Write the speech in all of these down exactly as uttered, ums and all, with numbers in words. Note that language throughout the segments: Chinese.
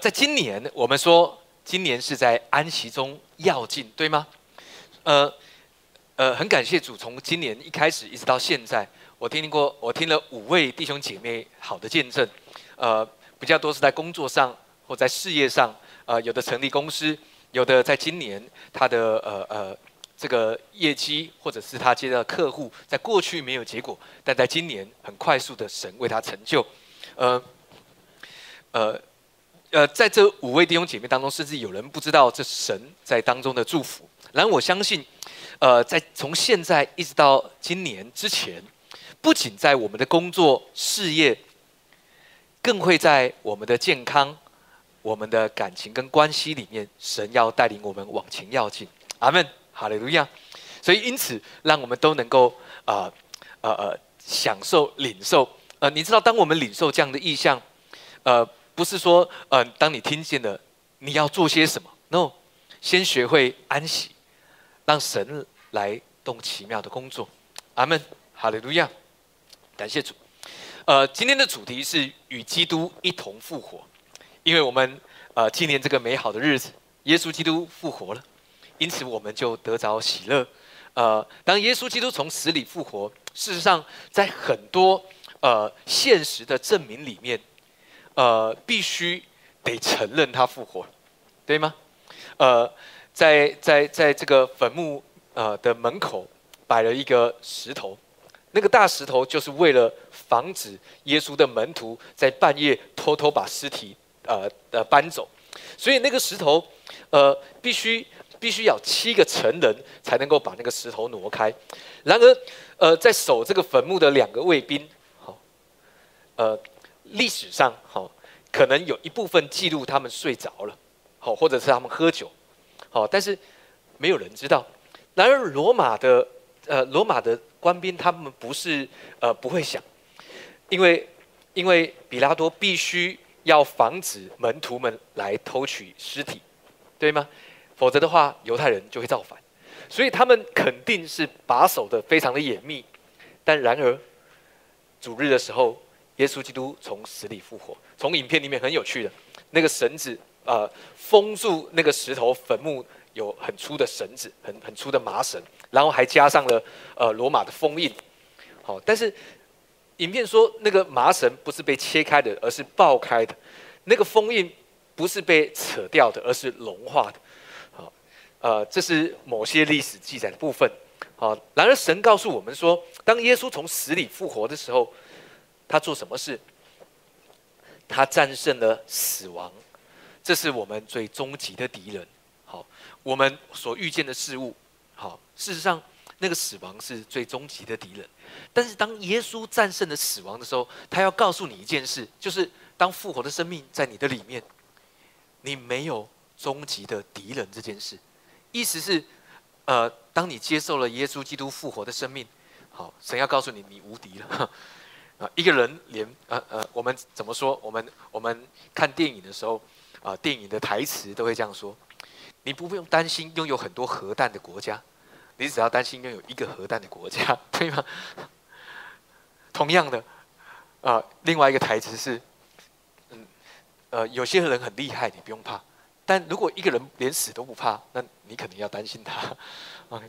在今年我们说，今年是在安息中要进，对吗？呃呃，很感谢主，从今年一开始一直到现在，我听过，我听了五位弟兄姐妹好的见证，呃，比较多是在工作上或在事业上，呃，有的成立公司，有的在今年他的呃呃这个业绩或者是他接到的客户，在过去没有结果，但在今年很快速的神为他成就，呃呃。呃，在这五位弟兄姐妹当中，甚至有人不知道这是神在当中的祝福。然后我相信，呃，在从现在一直到今年之前，不仅在我们的工作事业，更会在我们的健康、我们的感情跟关系里面，神要带领我们往前要进。阿们，哈利路亚。所以因此，让我们都能够呃呃呃享受领受。呃，你知道，当我们领受这样的意象，呃。不是说，呃，当你听见了，你要做些什么 ？No， 先学会安息，让神来动奇妙的工作。阿们，哈利路亚，感谢主。呃，今天的主题是与基督一同复活，因为我们呃纪念这个美好的日子，耶稣基督复活了，因此我们就得着喜乐。呃，当耶稣基督从死里复活，事实上在很多呃现实的证明里面。呃，必须得承认他复活，对吗？呃，在在在这个坟墓呃的门口摆了一个石头，那个大石头就是为了防止耶稣的门徒在半夜偷偷把尸体呃呃搬走，所以那个石头呃必须必须要七个成人才能够把那个石头挪开。然而，呃，在守这个坟墓的两个卫兵，好，呃。历史上，好，可能有一部分记录他们睡着了，好，或者是他们喝酒，好，但是没有人知道。然而，罗马的呃，罗马的官兵他们不是呃不会想，因为因为比拉多必须要防止门徒们来偷取尸体，对吗？否则的话，犹太人就会造反，所以他们肯定是把守的非常的严密。但然而，主日的时候。耶稣基督从死里复活，从影片里面很有趣的，那个绳子呃封住那个石头坟墓，有很粗的绳子，很很粗的麻绳，然后还加上了呃罗马的封印。好，但是影片说那个麻绳不是被切开的，而是爆开的；那个封印不是被扯掉的，而是融化的。好，呃，这是某些历史记载的部分。好，然而神告诉我们说，当耶稣从死里复活的时候。他做什么事？他战胜了死亡，这是我们最终极的敌人。好，我们所遇见的事物，好，事实上那个死亡是最终极的敌人。但是当耶稣战胜了死亡的时候，他要告诉你一件事，就是当复活的生命在你的里面，你没有终极的敌人这件事。意思是，呃，当你接受了耶稣基督复活的生命，好，神要告诉你，你无敌了。啊，一个人连呃呃，我们怎么说？我们我们看电影的时候，啊、呃，电影的台词都会这样说：你不用担心拥有很多核弹的国家，你只要担心拥有一个核弹的国家，对吗？同样的，啊、呃，另外一个台词是，嗯，呃，有些人很厉害，你不用怕；但如果一个人连死都不怕，那你可能要担心他。OK，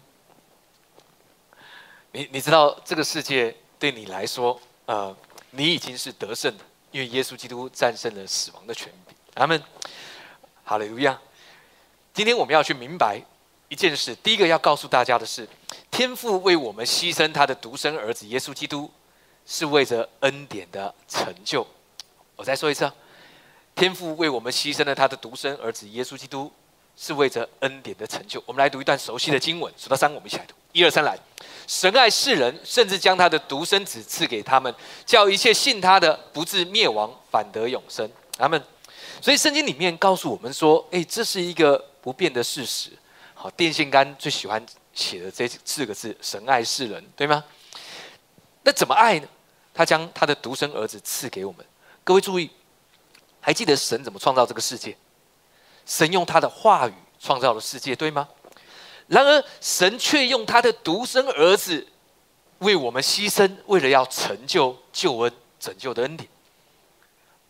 你你知道这个世界对你来说？呃，你已经是得胜的，因为耶稣基督战胜了死亡的权柄。阿们，哈利路亚。今天我们要去明白一件事，第一个要告诉大家的是，天父为我们牺牲他的独生儿子耶稣基督，是为着恩典的成就。我再说一次啊，天父为我们牺牲了他的独生儿子耶稣基督，是为着恩典的成就。我们来读一段熟悉的经文，数到三，我们一起来读。一二三，来！神爱世人，甚至将他的独生子赐给他们，叫一切信他的不至灭亡，反得永生。阿们。所以圣经里面告诉我们说，哎，这是一个不变的事实。好，电线杆最喜欢写的这四个字：神爱世人，对吗？那怎么爱呢？他将他的独生儿子赐给我们。各位注意，还记得神怎么创造这个世界？神用他的话语创造了世界，对吗？然而，神却用他的独生儿子为我们牺牲，为了要成就救恩、拯救的恩典。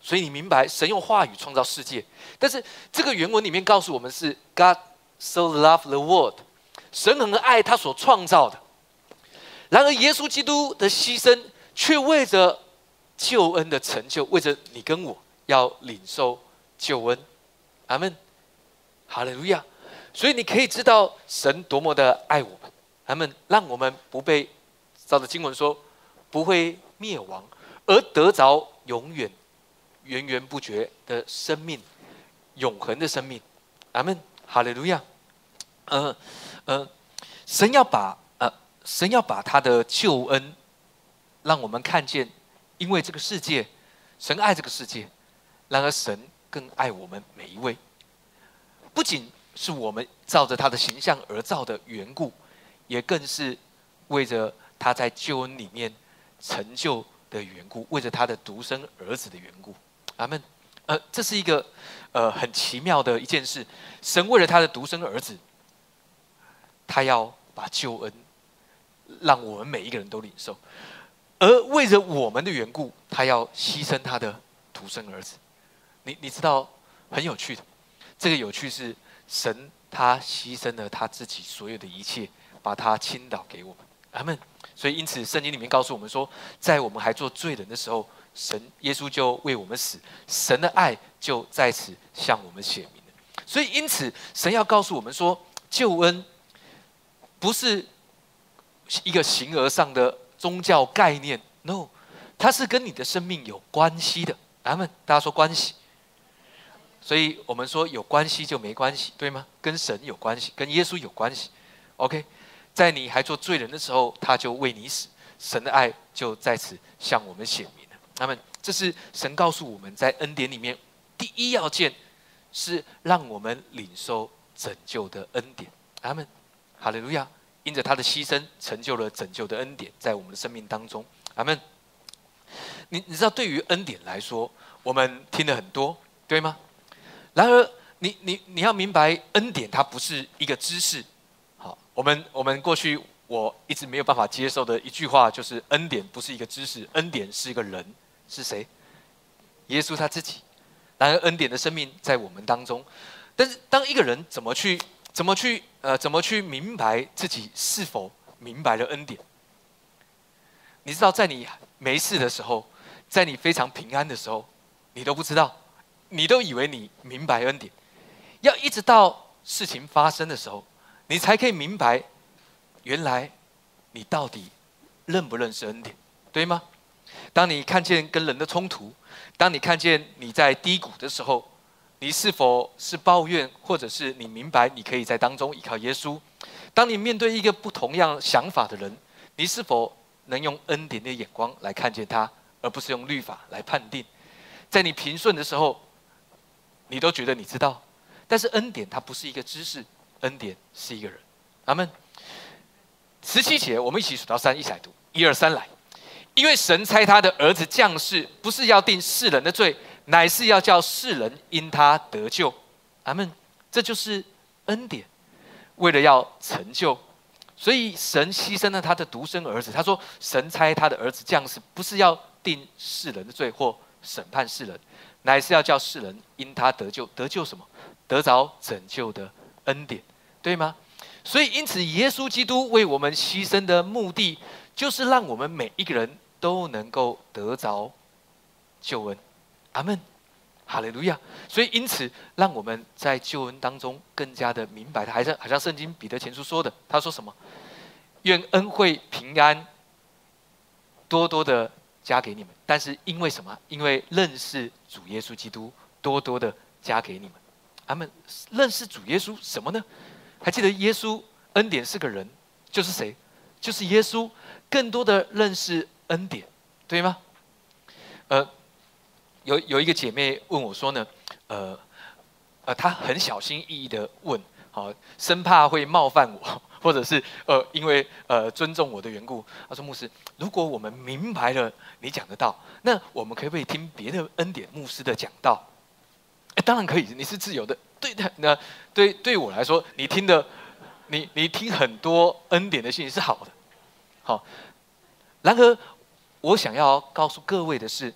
所以你明白神用话语创造世界。但是这个原文里面告诉我们是 God so loved the world， 神很爱他所创造的。然而耶稣基督的牺牲却为着救恩的成就，为着你跟我要领受救恩。阿们，哈利路亚。所以你可以知道神多么的爱我们，阿们，让我们不被照着经文说不会灭亡，而得着永远源源不绝的生命，永恒的生命。阿们，哈利路亚。呃呃，神要把呃神要把他的救恩让我们看见，因为这个世界，神爱这个世界，然而神更爱我们每一位，不仅是我们照着他的形象而造的缘故，也更是为着他在救恩里面成就的缘故，为着他的独生儿子的缘故。阿们。呃，这是一个呃很奇妙的一件事。神为了他的独生儿子，他要把救恩让我们每一个人都领受，而为着我们的缘故，他要牺牲他的独生儿子。你你知道很有趣的，这个有趣是神他牺牲了他自己所有的一切，把他倾倒给我们。阿们。所以因此圣经里面告诉我们说，在我们还做罪人的时候，神耶稣就为我们死，神的爱就在此向我们显明了。所以因此神要告诉我们说，救恩不是一个形而上的宗教概念 ，no， 它是跟你的生命有关系的。阿们，大家说关系。所以我们说有关系就没关系，对吗？跟神有关系，跟耶稣有关系。OK， 在你还做罪人的时候，他就为你死，神的爱就在此向我们显明了。阿们，这是神告诉我们在恩典里面第一要件，是让我们领受拯救的恩典。阿们，哈利路亚！因着他的牺牲，成就了拯救的恩典在我们的生命当中。阿们。你你知道，对于恩典来说，我们听了很多，对吗？然而你，你你要明白，恩典它不是一个知识。好，我们我们过去我一直没有办法接受的一句话，就是恩典不是一个知识，恩典是一个人，是谁？耶稣他自己。然而，恩典的生命在我们当中。但是，当一个人怎么去怎么去呃怎么去明白自己是否明白了恩典？你知道，在你没事的时候，在你非常平安的时候，你都不知道。你都以为你明白恩典，要一直到事情发生的时候，你才可以明白，原来你到底认不认识恩典，对吗？当你看见跟人的冲突，当你看见你在低谷的时候，你是否是抱怨，或者是你明白你可以在当中依靠耶稣？当你面对一个不同样想法的人，你是否能用恩典的眼光来看见他，而不是用律法来判定？在你平顺的时候，你都觉得你知道，但是恩典它不是一个知识，恩典是一个人。阿们。十七节，我们一起数到三，一起来读，一二三来。因为神差他的儿子降世，不是要定世人的罪，乃是要叫世人因他得救。阿们。这就是恩典，为了要成就，所以神牺牲了他的独生儿子。他说，神差他的儿子降世，不是要定世人的罪或审判世人，乃是要叫世人因他得救。得救什么？得着拯救的恩典，对吗？所以因此耶稣基督为我们牺牲的目的，就是让我们每一个人都能够得着救恩。阿们，哈利路亚。所以因此让我们在救恩当中更加的明白，还是好像圣经彼得前书说的，他说什么？愿恩惠平安多多的加给你们，但是因为什么？因为认识主耶稣基督，多多的加给你们。阿们。认识主耶稣什么呢？还记得耶稣恩典是个人，就是谁？就是耶稣。更多的认识恩典，对吗？呃，有有一个姐妹问我说呢，呃呃，她很小心翼翼的问，好、哦，生怕会冒犯我，或者是呃因为呃尊重我的缘故。她说，牧师，如果我们明白了你讲的道，那我们可不可以听别的恩典牧师的讲道？哎，当然可以，你是自由的。对的，那对对我来说，你听的，你你听很多恩典的信息是好的，好。然而，我想要告诉各位的是，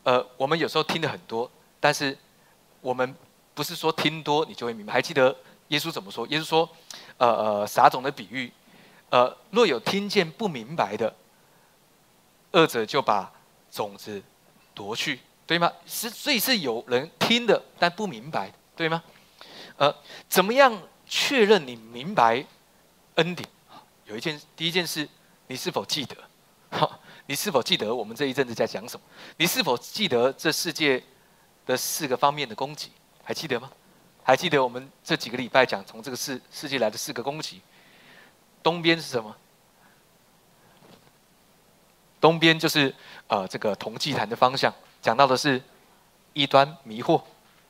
呃，我们有时候听的很多，但是我们不是说听多你就会明白。还记得耶稣怎么说？耶稣说，呃呃，撒种的比喻，呃，若有听见不明白的，恶者就把种子夺去，对吗？是，所以是有人听的，但不明白，对吗？呃，怎么样确认你明白恩典？有一件，第一件事，你是否记得？好，你是否记得我们这一阵子在讲什么？你是否记得这世界的四个方面的攻击？还记得吗？还记得我们这几个礼拜讲从这个世世界来的四个攻击？东边是什么？东边就是呃这个铜祭坛的方向，讲到的是异端迷惑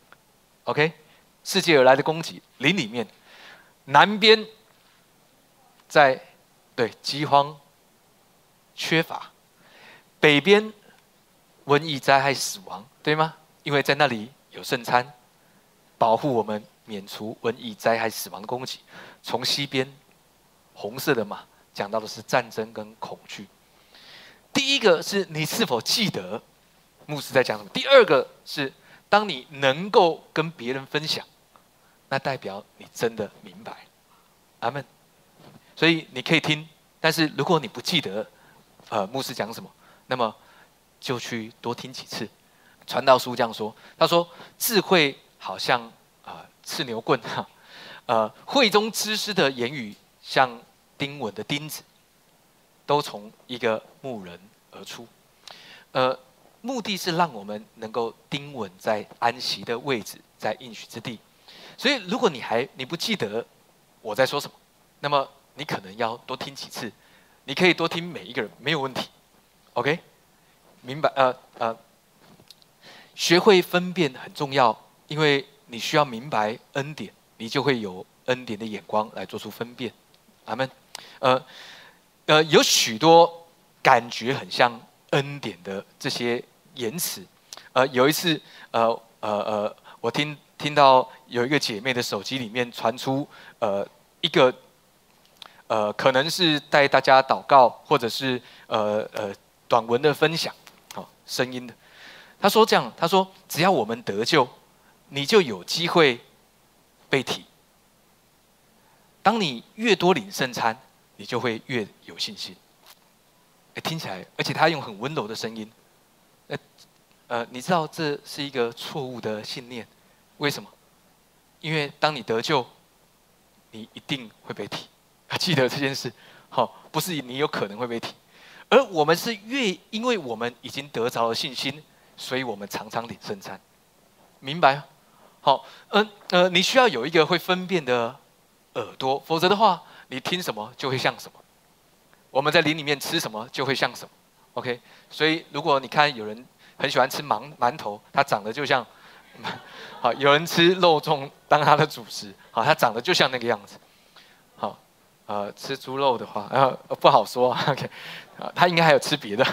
，OK， 世界而来的攻击，灵里面。南边在对饥荒、缺乏，北边瘟疫、灾害、死亡，对吗？因为在那里有圣餐，保护我们免除瘟疫、灾害、死亡的攻击。从西边，红色的马讲到的是战争跟恐惧。第一个是你是否记得牧师在讲什么？第二个是当你能够跟别人分享，那代表你真的明白。阿们。所以你可以听，但是如果你不记得，呃，牧师讲什么，那么就去多听几次。传道书这样说，他说智慧好像啊、呃、刺牛棍哈，呃，会中知识的言语像钉稳的钉子，都从一个牧人而出。呃，目的是让我们能够钉稳在安息的位置，在应许之地。所以，如果你还你不记得我在说什么，那么你可能要多听几次。你可以多听每一个人，没有问题。OK， 明白？呃呃，学会分辨很重要，因为你需要明白恩典，你就会有恩典的眼光来做出分辨。阿们。呃呃，有许多感觉很像恩典的这些言辞。呃，有一次，呃呃呃，我听听到有一个姐妹的手机里面传出呃一个。呃，可能是带大家祷告，或者是呃呃短文的分享，好、哦、声音的。他说这样，他说只要我们得救，你就有机会被提。当你越多领圣餐，你就会越有信心。哎，听起来，而且他用很温柔的声音。呃呃，你知道这是一个错误的信念，为什么？因为当你得救，你一定会被提。记得这件事，好、哦，不是你有可能会被提，而我们是越因为我们已经得着了信心，所以我们常常领圣餐，明白吗？好，嗯呃，呃，你需要有一个会分辨的耳朵，否则的话，你听什么就会像什么。我们在灵里面吃什么就会像什么 ，OK？ 所以如果你看有人很喜欢吃馒馒头，它长得就像，好，有人吃肉粽当他的主食，好，它长得就像那个样子。呃，吃猪肉的话，呃，不好说。OK， 啊，他应该还有吃别的。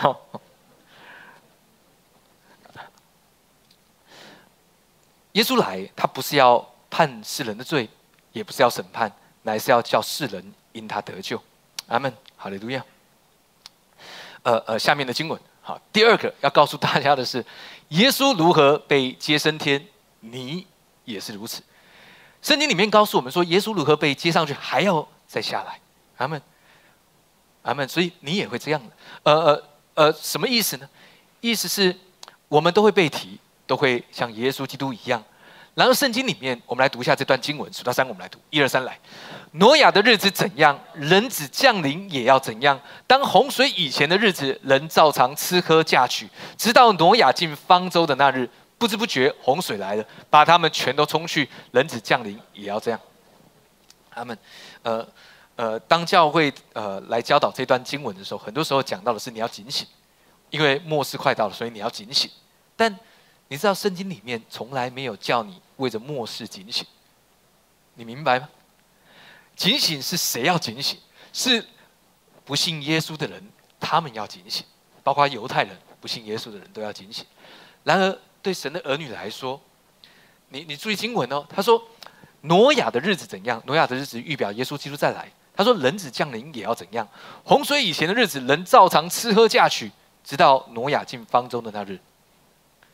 耶稣来，他不是要判世人的罪，也不是要审判，乃是要叫世人因他得救。阿们，哈利路亚。呃呃，下面的经文，好，第二个要告诉大家的是，耶稣如何被接升天，你也是如此。圣经里面告诉我们说，耶稣如何被接上去，还要再下来。阿们，阿们。所以你也会这样的。呃呃呃，什么意思呢？意思是我们都会被提，都会像耶稣基督一样。然后圣经里面，我们来读一下这段经文，数到三，我们来读，一二三，来。挪亚的日子怎样，人子降临也要怎样。当洪水以前的日子，人照常吃喝嫁娶，直到挪亚进方舟的那日，不知不觉洪水来了，把他们全都冲去。人子降临也要这样。阿们。呃呃，当教会呃来教导这段经文的时候，很多时候讲到的是你要警醒，因为末世快到了，所以你要警醒。但你知道圣经里面从来没有叫你为着末世警醒，你明白吗？警醒是谁要警醒？是不信耶稣的人，他们要警醒，包括犹太人不信耶稣的人都要警醒。然而对神的儿女来说，你你注意经文哦，他说挪亚的日子怎样？挪亚的日子预表耶稣基督再来。他说人子降临也要怎样？洪水以前的日子，人照常吃喝嫁娶，直到挪亚进方舟的那日。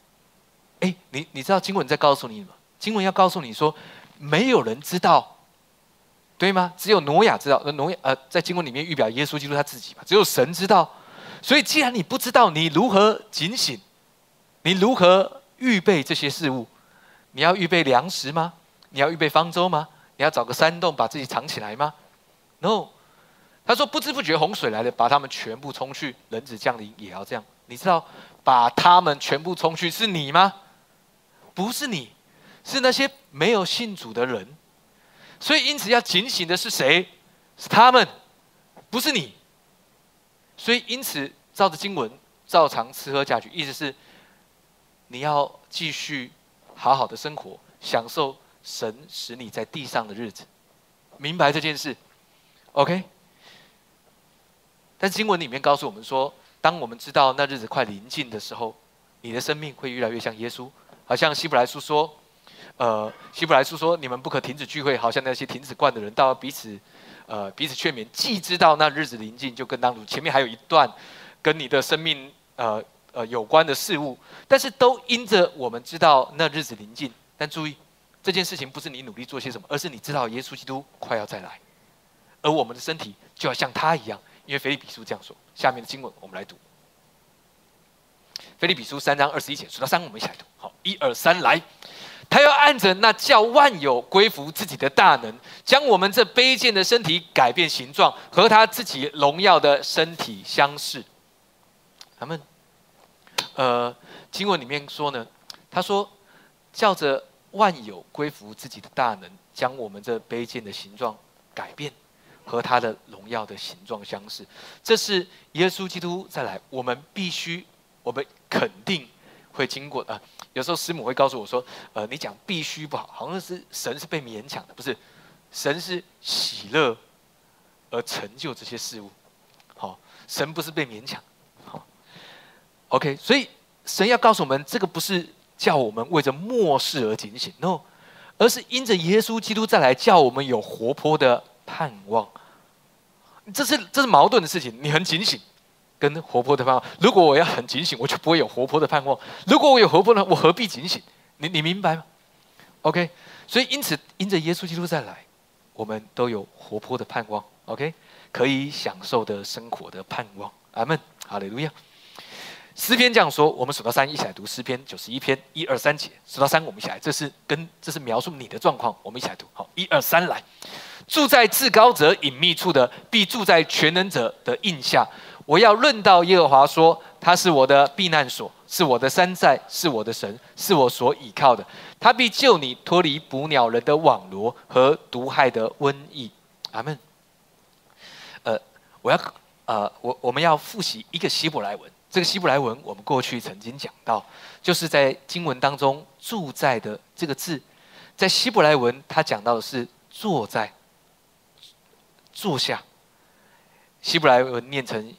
哎，你你知道经文在告诉你吗？经文要告诉你说，没有人知道，对吗？只有挪亚知道。挪亚呃，在经文里面预表耶稣基督他自己嘛，只有神知道。所以既然你不知道，你如何警醒？你如何预备这些事物？你要预备粮食吗？你要预备方舟吗？你要找个山洞把自己藏起来吗 ？No， 他说不知不觉洪水来了，把他们全部冲去，人子降临也要这样。你知道把他们全部冲去是你吗？不是你，是那些没有信主的人。所以因此要警醒的是谁？是他们，不是你。所以因此照着经文照常吃喝嫁娶，意思是你要继续好好的生活，享受神使你在地上的日子，明白这件事 ，OK？ 但经文里面告诉我们说，当我们知道那日子快临近的时候，你的生命会越来越像耶稣。好像希伯来书说，呃，希伯来书说，你们不可停止聚会，好像那些停止惯的人，到彼此，呃，彼此劝勉。既知道那日子临近，就更当如。前面还有一段跟你的生命，呃呃有关的事物，但是都因着我们知道那日子临近。但注意，这件事情不是你努力做些什么，而是你知道耶稣基督快要再来，而我们的身体就要像他一样。因为腓立比书这样说，下面的经文我们来读。腓立比书三章二十一节，数到三，我们一起来读。好，一二三，来。他要按着那叫万有归服自己的大能，将我们这卑贱的身体改变形状，和他自己荣耀的身体相似。他们，呃，经文里面说呢，他说，叫着万有归服自己的大能，将我们这卑贱的形状改变。和他的荣耀的形状相似，这是耶稣基督再来，我们必须，我们肯定会经过的。呃、有时候师母会告诉我说，呃，你讲必须不好，好像是神是被勉强的，不是？神是喜乐而成就这些事物，好、哦，神不是被勉强，好、哦、，OK， 所以神要告诉我们，这个不是叫我们为着末世而警醒 ，no， 而是因着耶稣基督再来，叫我们有活泼的盼望。这是这是矛盾的事情，你很警醒，跟活泼的盼望。如果我要很警醒，我就不会有活泼的盼望；如果我有活泼的，我何必警醒？你你明白吗 ？OK， 所以因此因着耶稣基督再来，我们都有活泼的盼望。OK， 可以享受的生活的盼望。阿们，哈利路亚。诗篇这样说，我们数到三，一起来读诗篇九十一篇一二三节。数到三，我们一起来，这是跟这是描述你的状况，我们一起来读。好，一二三，来。住在至高者隐秘处的，必住在全能者的荫下。我要论到耶和华说，他是我的避难所，是我的山寨，是我的神，是我所倚靠的。他必救你脱离捕鸟人的网罗和毒害的瘟疫。阿们。呃，我要呃，我我们要复习一个希伯来文。这个希伯来文我们过去曾经讲到，就是在经文当中“住在”的这个字，在希伯来文它讲到的是坐在。坐下，希伯来文念成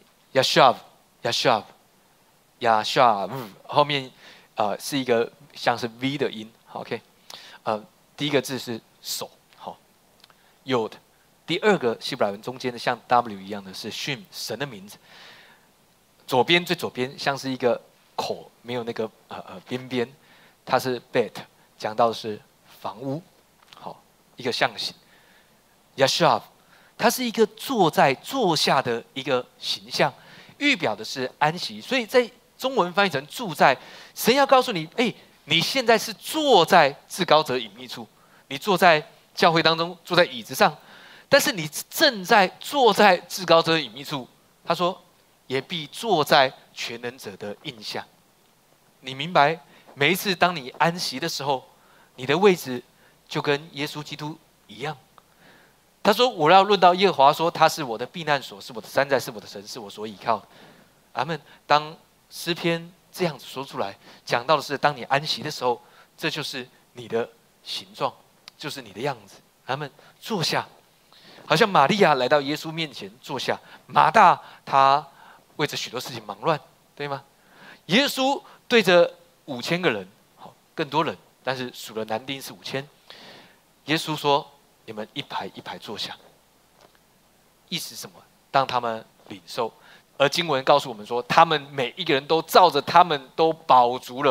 yashav，yashav，yashav， 后面呃是一个像是 V 的音 ，OK， 呃，第一个字是手，好 ，Yod， 第二个希伯来文中间的像 W 一样的是 Shem， 神的名字，左边最左边像是一个口，没有那个呃呃边边，它是 Bet， 讲到的是房屋，好，一个象形 ，yashav。它是一个坐在坐下的一个形象，预表的是安息。所以在中文翻译成住在，神要告诉你，哎，你现在是坐在至高者隐秘处，你坐在教会当中，坐在椅子上，但是你正在坐在至高者隐秘处。他说，也必坐在全能者的印下。你明白，每一次当你安息的时候，你的位置就跟耶稣基督一样。他说：“我要论到耶和华说，他是我的避难所，是我的山寨，是我的神，是我所倚靠的。”阿们。当诗篇这样子说出来，讲到的是，当你安息的时候，这就是你的形状，就是你的样子。阿们。坐下，好像玛利亚来到耶稣面前坐下。马大他为着许多事情忙乱，对吗？耶稣对着五千个人，好，更多人，但是数了男丁是五千。耶稣说。你们一排一排坐下，意思是什么？当他们领受，而经文告诉我们说，他们每一个人都照着他们都饱足了，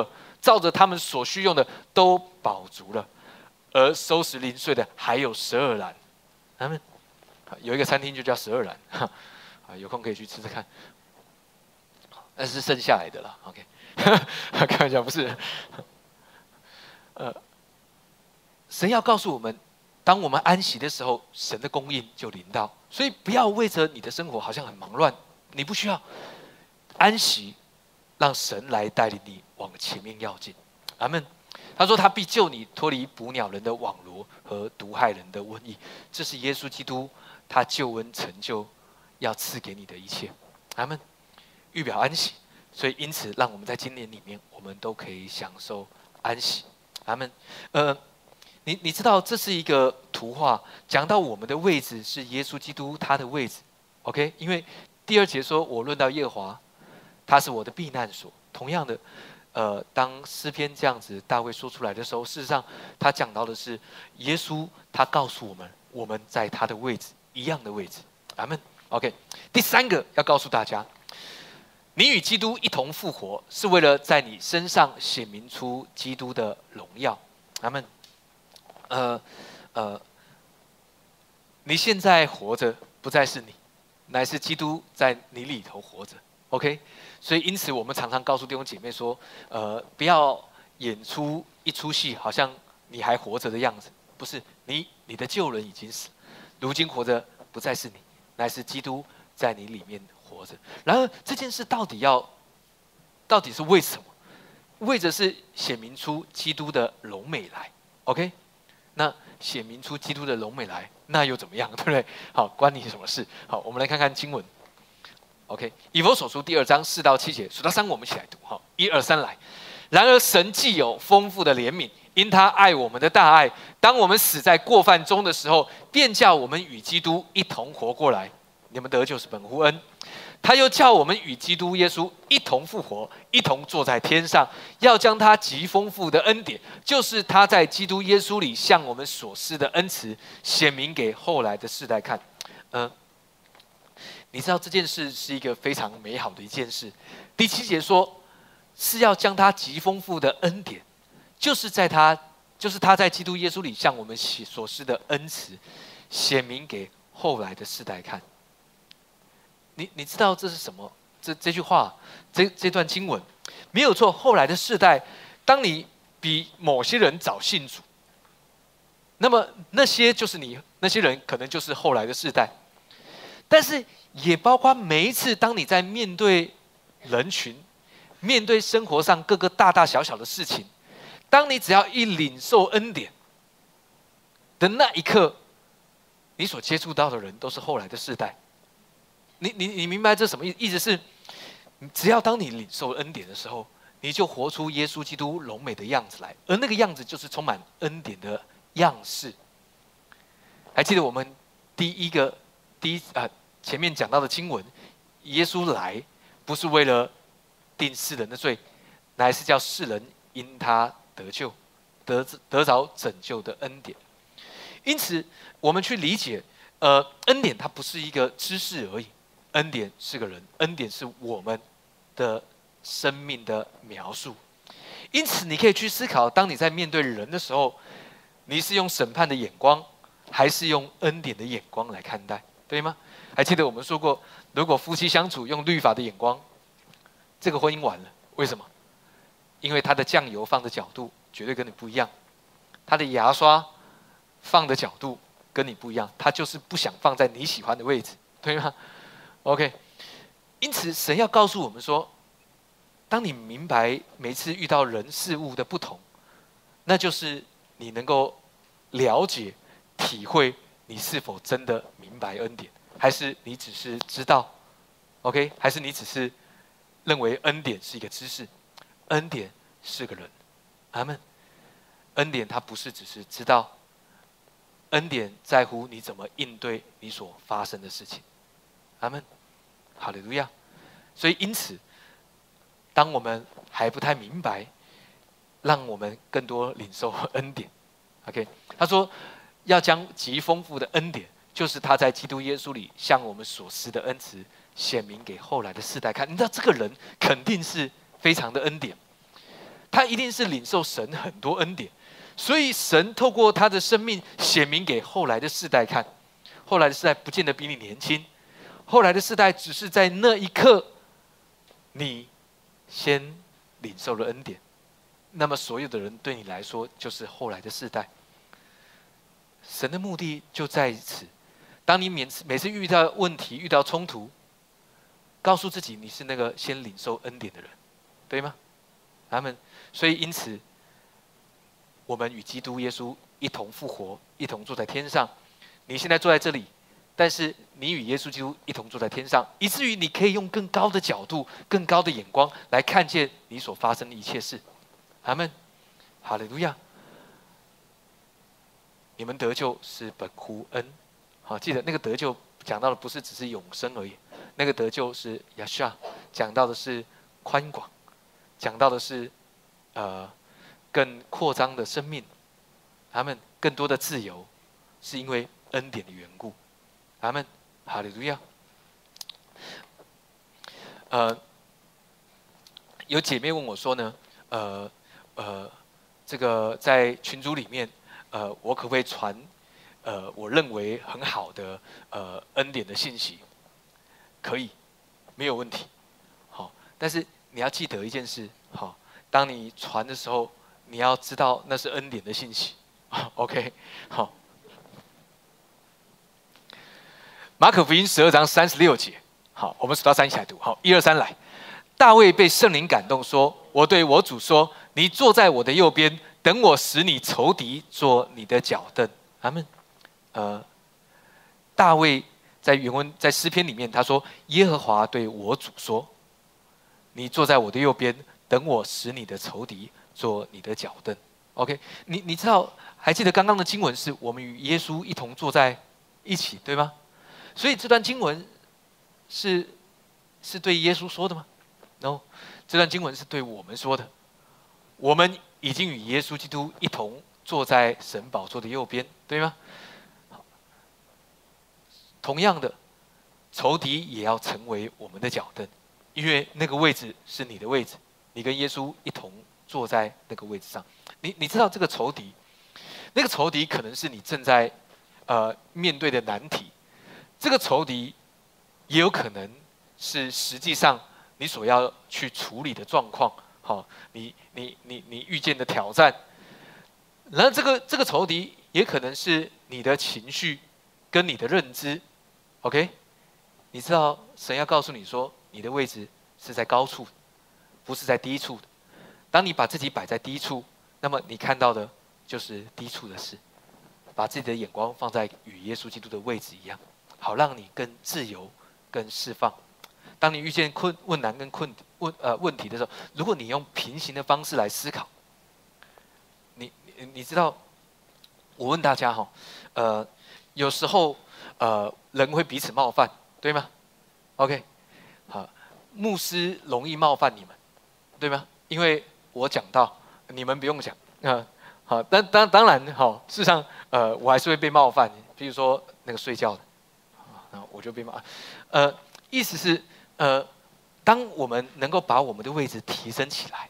照着他们所需用的都饱足了，而收拾零碎的还有十二篮。他们有一个餐厅就叫十二篮，啊，有空可以去吃吃看。那是剩下来的了 ，OK， 开玩笑，不是。呃，神要告诉我们，当我们安息的时候，神的供应就临到。所以不要为着你的生活好像很忙乱，你不需要安息，让神来带领你往前面要进。阿们。他说他必救你脱离捕鸟人的网罗和毒害人的瘟疫，这是耶稣基督他救恩成就要赐给你的一切。阿们。预表安息，所以因此让我们在今年里面，我们都可以享受安息。阿们。呃，你你知道这是一个图画，讲到我们的位置是耶稣基督他的位置。OK， 因为第二节说我论到耶和华，他是我的避难所。同样的，呃，当诗篇这样子大卫说出来的时候，事实上他讲到的是耶稣，他告诉我们我们在他的位置一样的位置。阿们。OK， 第三个要告诉大家。你与基督一同复活，是为了在你身上显明出基督的荣耀。阿们。呃呃，你现在活着不再是你，乃是基督在你里头活着。OK， 所以因此我们常常告诉弟兄姐妹说，呃，不要演出一出戏，好像你还活着的样子。不是，你你的旧人已经死，如今活着不再是你，乃是基督在你里面活着。然而这件事到底要，到底是为什么？为着是显明出基督的荣美来。OK， 那显明出基督的荣美来，那又怎么样？对不对？好，关你什么事？好，我们来看看经文。OK， 以弗所书第二章四到七节，数到三，我们一起来读。好，一二三，来。然而神既有丰富的怜悯，因他爱我们的大爱，当我们死在过犯中的时候，便叫我们与基督一同活过来。你们得救是本乎恩，他又叫我们与基督耶稣一同复活，一同坐在天上，要将他极丰富的恩典，就是他在基督耶稣里向我们所施的恩慈，显明给后来的世代看。嗯、呃，你知道这件事是一个非常美好的一件事。第七节说，是要将他极丰富的恩典，就是在他，就是他在基督耶稣里向我们所施的恩慈，显明给后来的世代看。你你知道这是什么？这这句话，这这段经文没有错。后来的世代，当你比某些人早信主，那么那些就是你那些人，可能就是后来的世代。但是也包括每一次，当你在面对人群、面对生活上各个大大小小的事情，当你只要一领受恩典的那一刻，你所接触到的人都是后来的世代。你你你明白这什么意思？意思是，只要当你领受恩典的时候，你就活出耶稣基督荣美的样子来，而那个样子就是充满恩典的样式。还记得我们第一个第一啊、呃、前面讲到的经文，耶稣来不是为了定世人的罪，乃是叫世人因他得救，得得着拯救的恩典。因此，我们去理解，呃，恩典它不是一个知识而已。恩典是个人，恩典是我们的生命的描述。因此，你可以去思考，当你在面对人的时候，你是用审判的眼光，还是用恩典的眼光来看待，对吗？还记得我们说过，如果夫妻相处用律法的眼光，这个婚姻完了。为什么？因为他的酱油放的角度绝对跟你不一样，他的牙刷放的角度跟你不一样，他就是不想放在你喜欢的位置，对吗？OK， 因此神要告诉我们说，当你明白每次遇到人事物的不同，那就是你能够了解、体会你是否真的明白恩典，还是你只是知道 ？OK， 还是你只是认为恩典是一个知识，恩典是个人。阿们。恩典它不是只是知道，恩典在乎你怎么应对你所发生的事情。阿们，哈利路亚。所以因此，当我们还不太明白，让我们更多领受恩典。OK， 他说要将极丰富的恩典，就是他在基督耶稣里向我们所施的恩慈，显明给后来的世代看。你知道这个人肯定是非常的恩典， 他一定是领受神很多恩典，所以神透过他的生命显明给后来的世代看。后来的世代不见得比你年轻，后来的世代只是在那一刻，你先领受了恩典，那么所有的人对你来说就是后来的世代。神的目的就在于此。当你每次每次遇到问题、遇到冲突，告诉自己你是那个先领受恩典的人，对吗？阿们。所以因此，我们与基督耶稣一同复活，一同坐在天上。你现在坐在这里，但是你与耶稣基督一同坐在天上，以至于你可以用更高的角度、更高的眼光来看见你所发生的一切事。阿们，哈利路亚。你们得救是本乎恩。好，记得那个得救讲到的不是只是永生而已，那个得救是亚夏，讲到的是宽广，讲到的是呃更扩张的生命，他们更多的自由，是因为恩典的缘故。阿们，哈利路亚。呃，有姐妹问我说呢，呃呃，这个在群组里面，呃，我可不可以传？呃，我认为很好的呃恩典的信息，可以，没有问题。好，但是你要记得一件事，好，当你传的时候，你要知道那是恩典的信息。OK， 好。马可福音十二章三十六节，好，我们数到三一起来读。好，一二三来。大卫被圣灵感动，说：“我对我主说，你坐在我的右边，等我使你仇敌做你的脚凳。”阿们。呃，大卫在原文在诗篇里面他说：“耶和华对我主说，你坐在我的右边，等我使你的仇敌做你的脚凳。” OK， 你你知道还记得刚刚的经文是我们与耶稣一同坐在一起，对吗？所以这段经文是是对耶稣说的吗 ？No， 这段经文是对我们说的。我们已经与耶稣基督一同坐在神宝座的右边，对吗？同样的，仇敌也要成为我们的脚凳，因为那个位置是你的位置，你跟耶稣一同坐在那个位置上。你你知道这个仇敌，那个仇敌可能是你正在呃面对的难题，这个仇敌也有可能是实际上你所要去处理的状况。好，你你你你遇见的挑战，然后这个这个仇敌也可能是你的情绪跟你的认知。OK， 你知道神要告诉你说，你的位置是在高处，不是在低处的。当你把自己摆在低处，那么你看到的就是低处的事。把自己的眼光放在与耶稣基督的位置一样，好让你更自由、更释放。当你遇见困问难跟困问呃问题的时候，如果你用平行的方式来思考，你你你知道，我问大家哈，呃，有时候呃人会彼此冒犯，对吗 ？OK， 好，牧师容易冒犯你们，对吗？因为我讲到，你们不用讲，呃好，但当当然好，事实上，呃，我还是会被冒犯。比如说那个睡觉的，然后我就被骂。呃，意思是，呃，当我们能够把我们的位置提升起来，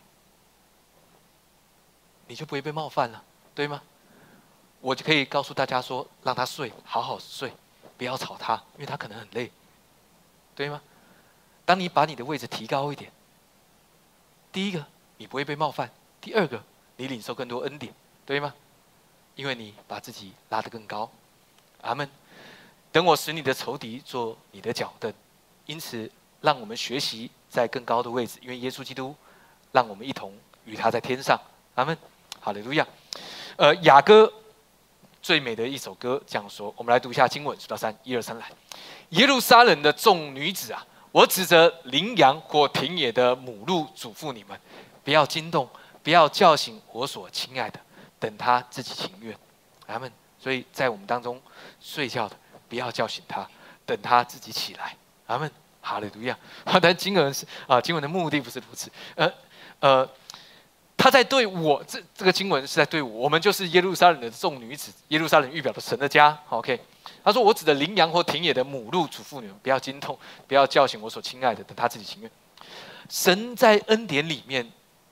你就不会被冒犯了，对吗？我就可以告诉大家说，让他睡，好好睡，不要吵他，因为他可能很累，对吗？当你把你的位置提高一点，第一个你不会被冒犯，第二个你领受更多恩典。对吗？因为你把自己拉得更高，阿们。等我使你的仇敌做你的脚凳，因此让我们学习在更高的位置，因为耶稣基督让我们一同与他在天上，阿们。哈利路亚。呃，雅歌最美的一首歌这样说，我们来读一下经文，数到三，一二三来。耶路撒冷的众女子啊，我指着羚羊或田野的母鹿嘱咐你们，不要惊动，不要叫醒我所亲爱的。等他自己情愿，阿们。所以在我们当中睡觉的，不要叫醒他，等他自己起来，阿们。哈利路亚。但经文是啊，经文的目的不是如此。呃呃，他在对我，这这个经文是在对我，我们就是耶路撒冷的众女子，耶路撒冷预表的神的家。OK， 他说我指的羚羊或田野的母鹿嘱咐你们，不要惊痛，不要叫醒我所亲爱的，等他自己情愿。神在恩典里面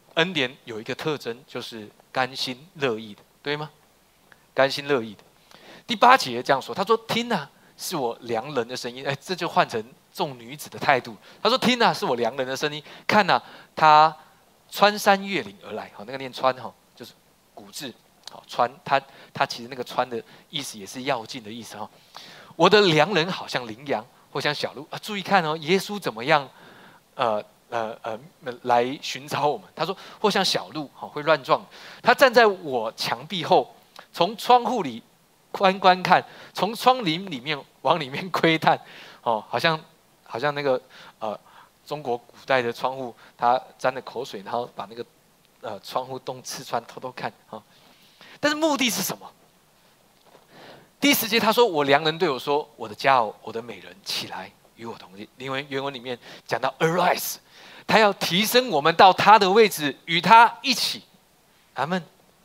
恩典有一个特征，就是甘心乐意的，对吗？甘心乐意的。第八节这样说，他说：“听啊，是我良人的声音。”哎，这就换成众女子的态度。他说：“听啊，是我良人的声音。看啊，他穿山越岭而来。”好，那个念穿哈，就是古字。好，穿他他其实那个穿的意思也是要进的意思哈。我的良人好像羚羊，或像小鹿啊。注意看哦，耶稣怎么样？呃。呃呃，来寻找我们。他说，或像小鹿，哈，会乱撞。他站在我墙壁后，从窗户里观观看，从窗棂里面往里面窥探，哦，好像好像那个呃中国古代的窗户，他沾了口水，然后把那个呃窗户洞刺穿，偷偷看啊。但是目的是什么？第十节他说，我良人对我说，我的佳偶，我的美人，起来与我同去。因为原文里面讲到 arise。他要提升我们到他的位置，与他一起。阿们。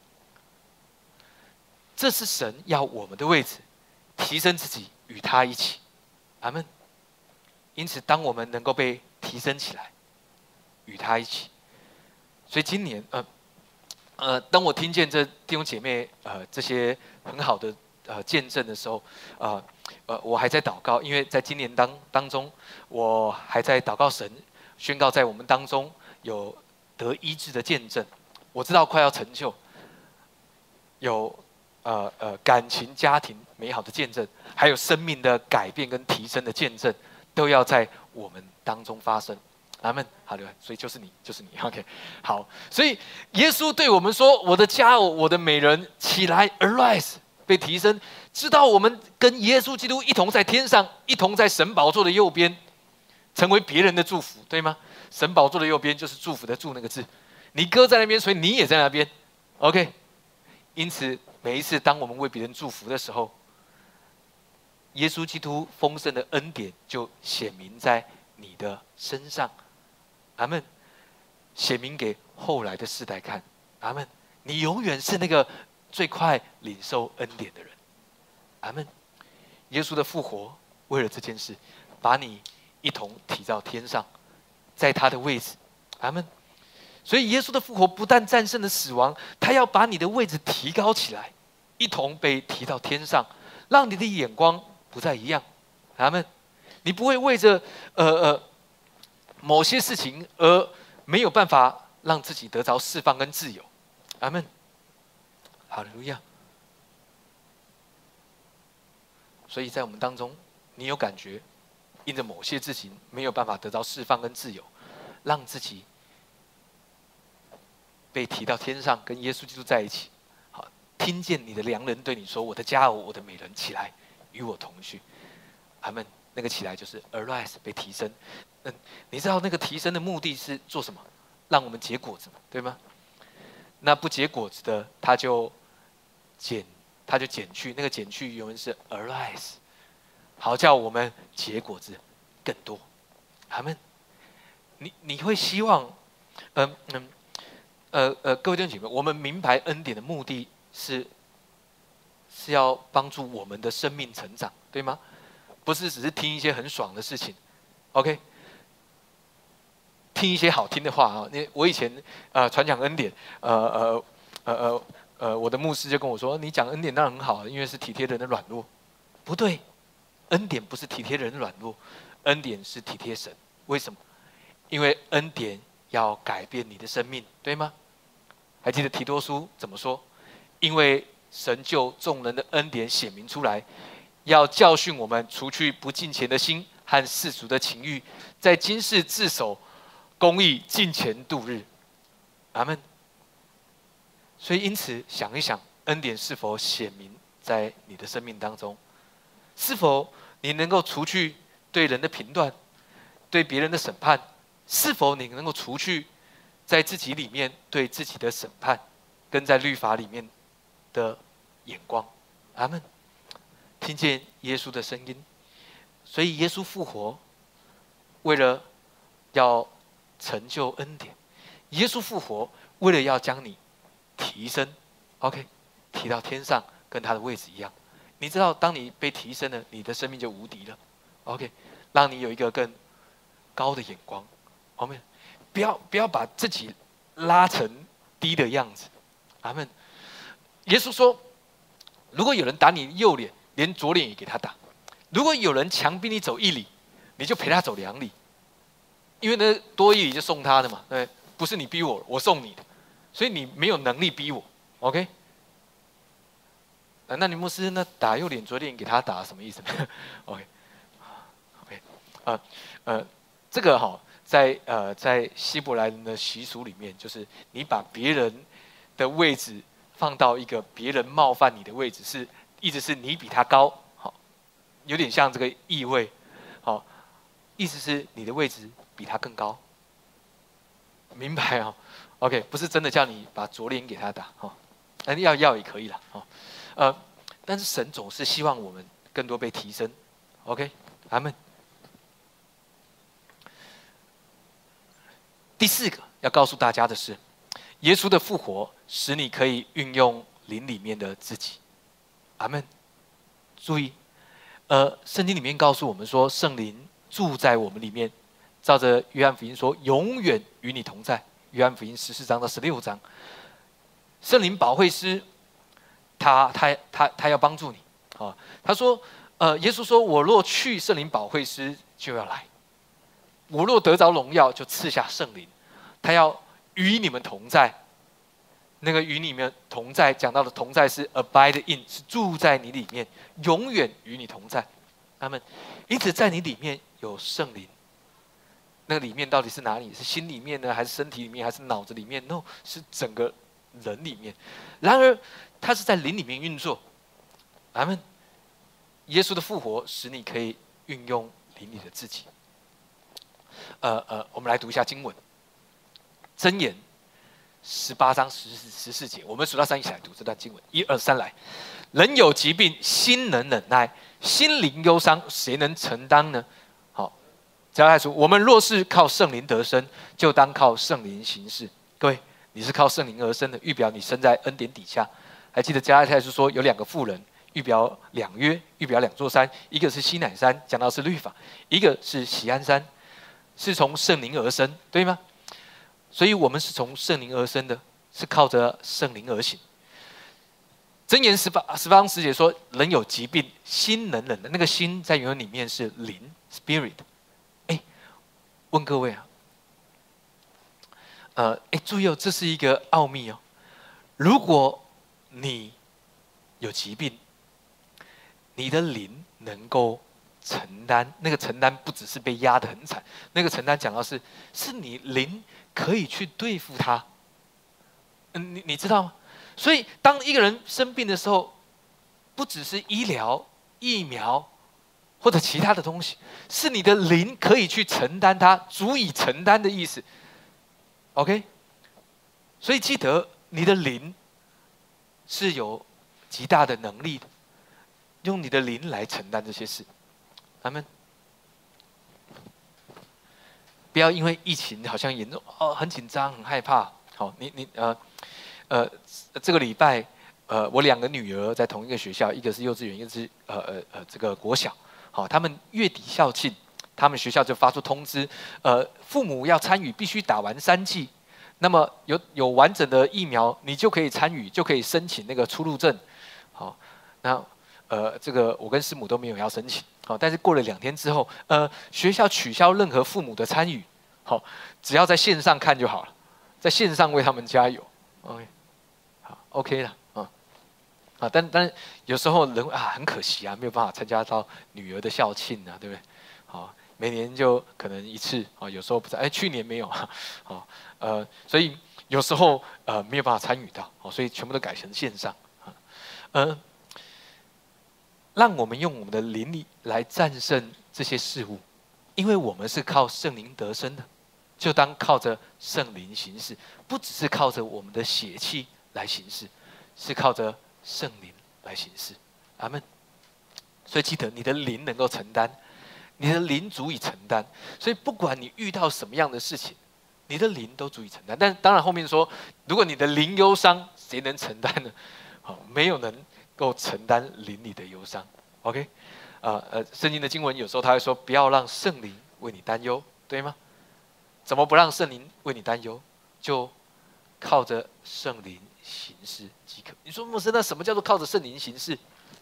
这是神要我们的位置，提升自己，与他一起。阿们。因此，当我们能够被提升起来，与他一起，所以今年，呃，呃，当我听见这弟兄姐妹呃这些很好的呃见证的时候，呃呃，我还在祷告，因为在今年当当中，我还在祷告神。宣告在我们当中有得医治的见证，我知道快要成就，有呃呃感情家庭美好的见证，还有生命的改变跟提升的见证，都要在我们当中发生。阿们，好的，所以就是你，就是你 ，OK， 好，所以耶稣对我们说：“我的佳偶，我的美人，起来 ，arise， 被提升，知道我们跟耶稣基督一同在天上，一同在神宝座的右边。”成为别人的祝福，对吗？神宝座的右边就是祝福的祝那个字，你哥在那边，所以你也在那边 ，OK。因此，每一次当我们为别人祝福的时候，耶稣基督丰盛的恩典就显明在你的身上，阿们。显明给后来的世代看，阿们。你永远是那个最快领受恩典的人，阿们。耶稣的复活，为了这件事，把你一同提到天上，在他的位置，阿们。所以耶稣的复活不但战胜了死亡，他要把你的位置提高起来，一同被提到天上，让你的眼光不再一样，阿们。你不会为着呃呃某些事情而没有办法让自己得着释放跟自由，阿们。哈利路亚。所以在我们当中，你有感觉因着某些事情没有办法得到释放跟自由，让自己被提到天上，跟耶稣基督在一起。好，听见你的良人对你说：“我的佳偶，我的美人，起来，与我同去。”阿们。那个起来就是 arise， 被提升。嗯，你知道那个提升的目的是做什么？让我们结果子，对吗？那不结果子的，他就减，他就减去。那个减去原文是 arise。好叫我们结果子更多，阿们。你你会希望，嗯嗯，呃呃，各位弟兄姐妹，我们明白恩典的目的是是要帮助我们的生命成长，对吗？不是只是听一些很爽的事情 ，OK， 听一些好听的话啊。你我以前呃传讲恩典，呃呃呃呃呃，我的牧师就跟我说，你讲恩典当然很好，因为是体贴人的软弱，不对。恩典不是体贴人的软弱，恩典是体贴神。为什么？因为恩典要改变你的生命，对吗？还记得提多书怎么说？因为神就众人的恩典显明出来，要教训我们除去不敬虔的心和世俗的情欲，在今世自守公义，敬虔度日。阿们。所以因此想一想，恩典是否显明在你的生命当中？是否你能够除去对人的评断，对别人的审判？是否你能够除去在自己里面对自己的审判，跟在律法里面的眼光？阿们。听见耶稣的声音，所以耶稣复活，为了要成就恩典；耶稣复活，为了要将你提升 ，OK， 提到天上，跟他的位置一样。你知道，当你被提升了，你的生命就无敌了 ，OK， 让你有一个更高的眼光。我们不要不要把自己拉成低的样子。阿们。耶稣说，如果有人打你右脸，连左脸也给他打；如果有人强逼你走一里，你就陪他走两里。因为呢，多一里就送他的嘛，对，不是你逼我，我送你的，所以你没有能力逼我 ，OK？ 那你牧师那打右脸左脸给他打什么意思？OK，OK， OK， 呃呃，这个哈、哦，在呃在希伯来人的习俗里面，就是你把别人的位置放到一个别人冒犯你的位置，是意思是你比他高，好，有点像这个意味，好，意思是你的位置比他更高，明白啊、哦、？OK， 不是真的叫你把左脸给他打，哈、哦，那要要也可以了，哈、哦。呃，但是神总是希望我们更多被提升 ，OK， 阿们。第四个要告诉大家的是，耶稣的复活使你可以运用灵里面的自己，阿们。注意，呃，圣经里面告诉我们说，圣灵住在我们里面，照着约翰福音说，永远与你同在。约翰福音十四章到十六章，圣灵保惠师。他他他他要帮助你，啊，他说，呃，耶稣说，我若去，圣灵保惠师就要来；我若得着荣耀，就赐下圣灵，他要与你们同在。那个与你们同在，讲到的同在是 abide in， 是住在你里面，永远与你同在。阿们。因此，在你里面有圣灵。那个里面到底是哪里？是心里面呢，还是身体里面，还是脑子里面 ？No， 是整个人里面。然而，它是在灵里面运作，阿们。耶稣的复活使你可以运用灵里的自己。呃呃，我们来读一下经文，箴言十八章十十四节，我们数到三一起来读这段经文，一二三来。人有疾病，心能忍耐，心灵忧伤，谁能承担呢？好，加拉太书，我们若是靠圣灵得生，就当靠圣灵行事。各位，你是靠圣灵而生的，预表你生在恩典底下。还记得加拉太书说有两个妇人，预表两约，预表两座山，一个是西乃山，讲到是律法；一个是锡安山，是从圣灵而生，对吗？所以我们是从圣灵而生的，是靠着圣灵而行。箴言十八十八章十节说，人有疾病，心能忍的，那个心在原文里面是灵 （spirit）。哎，问各位啊，呃，哎，注意哦，这是一个奥秘哦。如果你有疾病，你的灵能够承担，那个承担不只是被压得很惨，那个承担讲到是，是你灵可以去对付它。嗯，你你知道吗？所以当一个人生病的时候，不只是医疗、疫苗或者其他的东西，是你的灵可以去承担它，足以承担的意思。OK， 所以记得你的灵是有极大的能力的，用你的灵来承担这些事。阿们。不要因为疫情好像严重哦，很紧张，很害怕。好，你你呃呃，这个礼拜呃，我两个女儿在同一个学校，一个是幼稚园，一个是呃呃呃这个国小。好，他们月底校庆，他们学校就发出通知，呃，父母要参与，必须打完三剂。那么有有完整的疫苗，你就可以参与，就可以申请那个出入证。好，那呃，这个我跟师母都没有要申请。好，但是过了两天之后，呃，学校取消任何父母的参与，好，只要在线上看就好了，在线上为他们加油。OK， 好 ，OK 了，啊，啊，但但有时候人啊很可惜啊，没有办法参加到女儿的校庆啊，对不对？好，每年就可能一次啊，有时候不在，哎，去年没有啊，好，呃，所以有时候呃没有办法参与到，好，所以全部都改成线上，啊，呃。让我们用我们的灵力来战胜这些事物，因为我们是靠圣灵得生的，就当靠着圣灵行事，不只是靠着我们的血气来行事，是靠着圣灵来行事。阿们。所以记得，你的灵能够承担，你的灵足以承担。所以不管你遇到什么样的事情，你的灵都足以承担。但当然后面说，如果你的灵忧伤，谁能承担呢？好，没有人够承担灵里的忧伤 ，OK， 呃呃，圣经的经文有时候他会说，不要让圣灵为你担忧，对吗？怎么不让圣灵为你担忧？就靠着圣灵行事即可。你说牧师，那什么叫做靠着圣灵行事？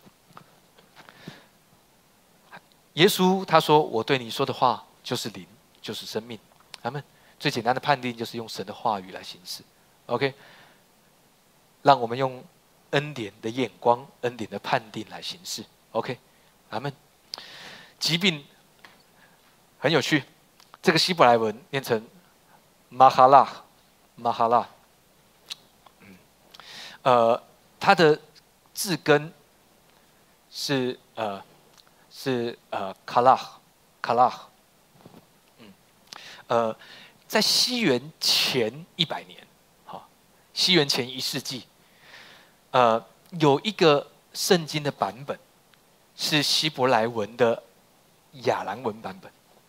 耶稣他说：“我对你说的话就是灵，就是生命。”阿们。最简单的判定就是用神的话语来行事。OK， 让我们用恩典的眼光、恩典的判定来行事。OK， 阿们。疾病很有趣，这个希伯来文念成马哈拉，马哈拉。嗯，呃，它的字根是呃是呃卡拉卡拉。嗯，呃。在西元前一百年，好，西元前一世纪，呃，有一个圣经的版本是希伯来文的亚兰文版本。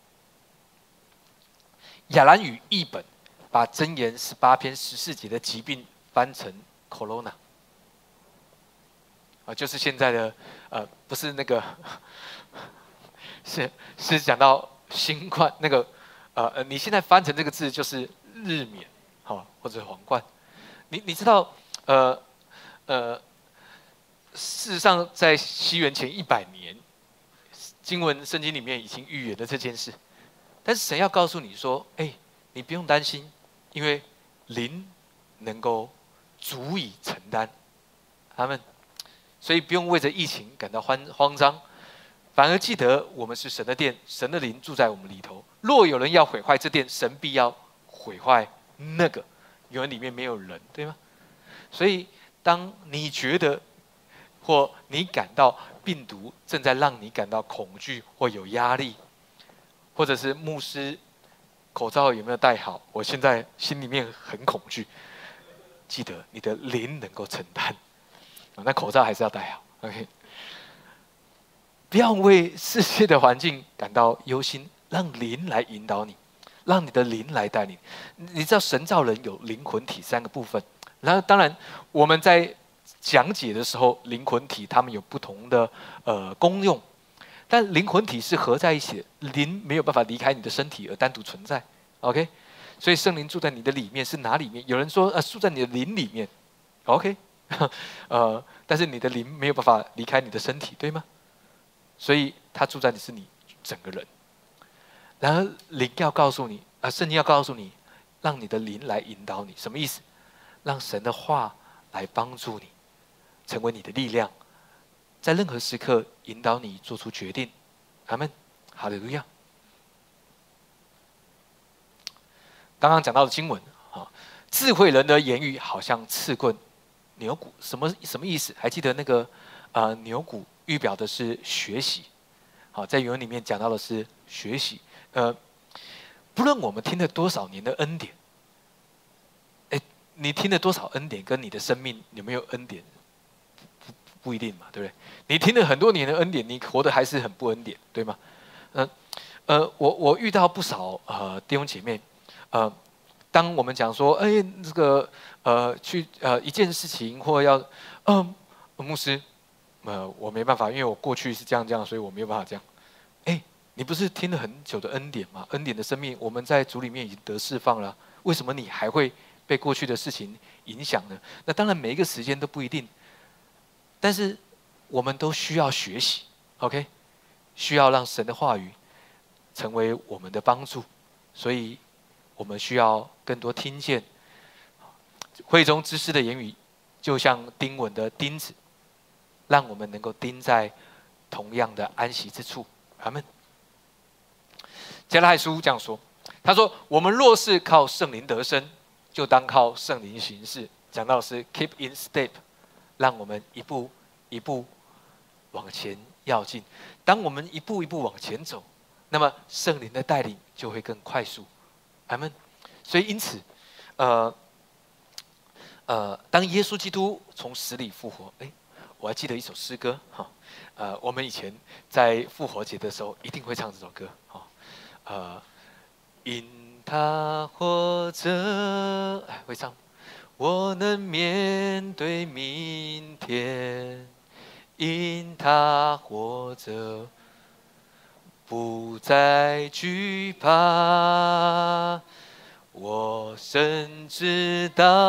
亚兰语译本把箴言十八篇十四节的疾病翻成 corona， 啊，就是现在的呃，不是那个，是是讲到新冠那个。呃，你现在翻成这个字就是日冕，好、哦，或者皇冠。你你知道，呃呃，事实上在西元前一百年，经文圣经里面已经预言了这件事。但是神要告诉你说，哎，你不用担心，因为灵能够足以承担。阿们。所以不用为着疫情感到慌慌张。反而记得我们是神的殿，神的灵住在我们里头。若有人要毁坏这殿，神必要毁坏那个，因为里面没有人，对吗？所以，当你觉得或你感到病毒正在让你感到恐惧或有压力，或者是牧师口罩有没有戴好？我现在心里面很恐惧。记得你的灵能够承担，那口罩还是要戴好。OK。不要为世界的环境感到忧心，让灵来引导你，让你的灵来带领。你知道神造人有灵魂体三个部分，然后当然我们在讲解的时候，灵魂体它们有不同的呃功用，但灵魂体是合在一起的，灵没有办法离开你的身体而单独存在。OK， 所以圣灵住在你的里面是哪里面？有人说呃住在你的灵里面 ，OK， 呃，但是你的灵没有办法离开你的身体，对吗？所以他住在你是你整个人，然而灵要告诉你，啊，圣经要告诉你，让你的灵来引导你，什么意思？让神的话来帮助你，成为你的力量，在任何时刻引导你做出决定。阿们，哈利路亚。刚刚讲到的经文啊，智慧人的言语好像刺棍，牛骨，什么什么意思？还记得那个呃牛骨？预表的是学习，好，在原文里面讲到的是学习。呃，不论我们听了多少年的恩典，哎，你听了多少恩典，跟你的生命有没有恩典，不不一定嘛，对不对？你听了很多年的恩典，你活得还是很不恩典，对吗？嗯、呃，呃，我我遇到不少呃弟兄姐妹，呃，当我们讲说，哎，这个呃去呃一件事情，或要，嗯、呃，牧师。呃，我没办法，因为我过去是这样这样，所以我没有办法这样。哎，你不是听了很久的恩典吗？恩典的生命，我们在主里面已经得释放了，为什么你还会被过去的事情影响呢？那当然，每一个时间都不一定，但是我们都需要学习 ，OK， 需要让神的话语成为我们的帮助，所以我们需要更多听见会中之师的言语，就像钉稳的钉子。让我们能够钉在同样的安息之处。阿们。加拉太书这样说，他说：“我们若是靠圣灵得生，就当靠圣灵行事。”讲到的是 keep in step， 让我们一步一步往前要进。当我们一步一步往前走，那么圣灵的带领就会更快速。阿们。所以因此，呃呃，当耶稣基督从死里复活，哎。我还记得一首诗歌，哈，呃，我们以前在复活节的时候一定会唱这首歌，哈，呃，因他活着，哎，会唱，我能面对明天，因他活着，不再惧怕， 我深知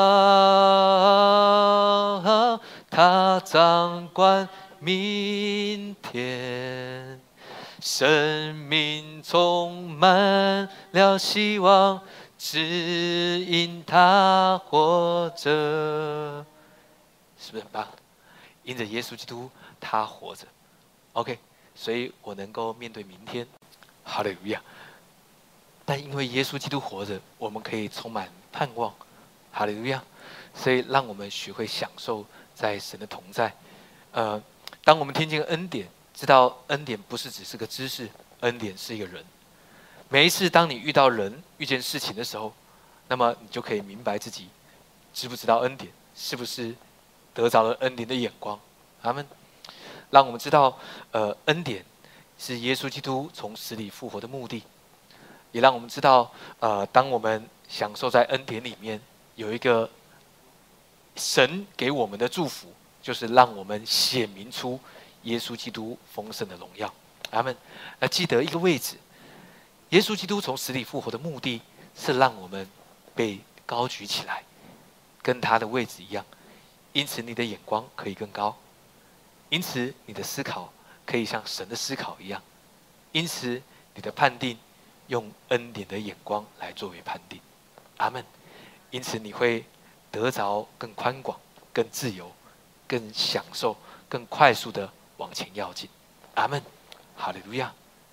道他掌管明天，生命充满了希望，只因他活着。是不是很棒？因着耶稣基督，他活着。OK， 所以我能够面对明天。哈利路亚！但因为耶稣基督活着，我们可以充满盼望。哈利路亚！所以让我们学会享受在神的同在。呃，当我们听见恩典，知道恩典不是只是个知识，恩典是一个人。每一次当你遇到人、遇见事情的时候，那么你就可以明白自己知不知道恩典，是不是得着了恩典的眼光。阿们。让我们知道，呃，恩典是耶稣基督从死里复活的目的。也让我们知道，呃，当我们享受在恩典里面，有一个神给我们的祝福，就是让我们显明出耶稣基督丰盛的荣耀。阿们。那记得一个位置，耶稣基督从死里复活的目的是让我们被高举起来，跟他的位置一样。因此，你的眼光可以更高；因此，你的思考可以像神的思考一样；因此，你的判定用恩典的眼光来作为判定。阿们。因此，你会得着更宽广、更自由、更享受、更快速的往前要进。阿们。哈利路亚。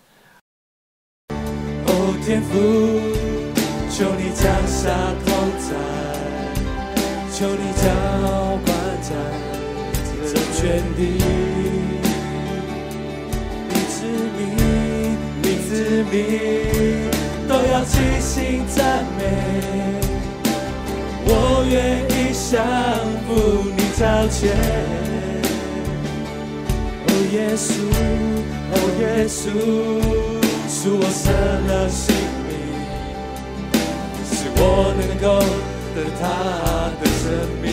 哦，天父，求你降下同在，求你浇灌在这全地，你之名，你之名，都要齐心赞美。我愿意降服你脚前，哦耶稣，哦耶稣，属我舍了性命，使我能够得他的生命。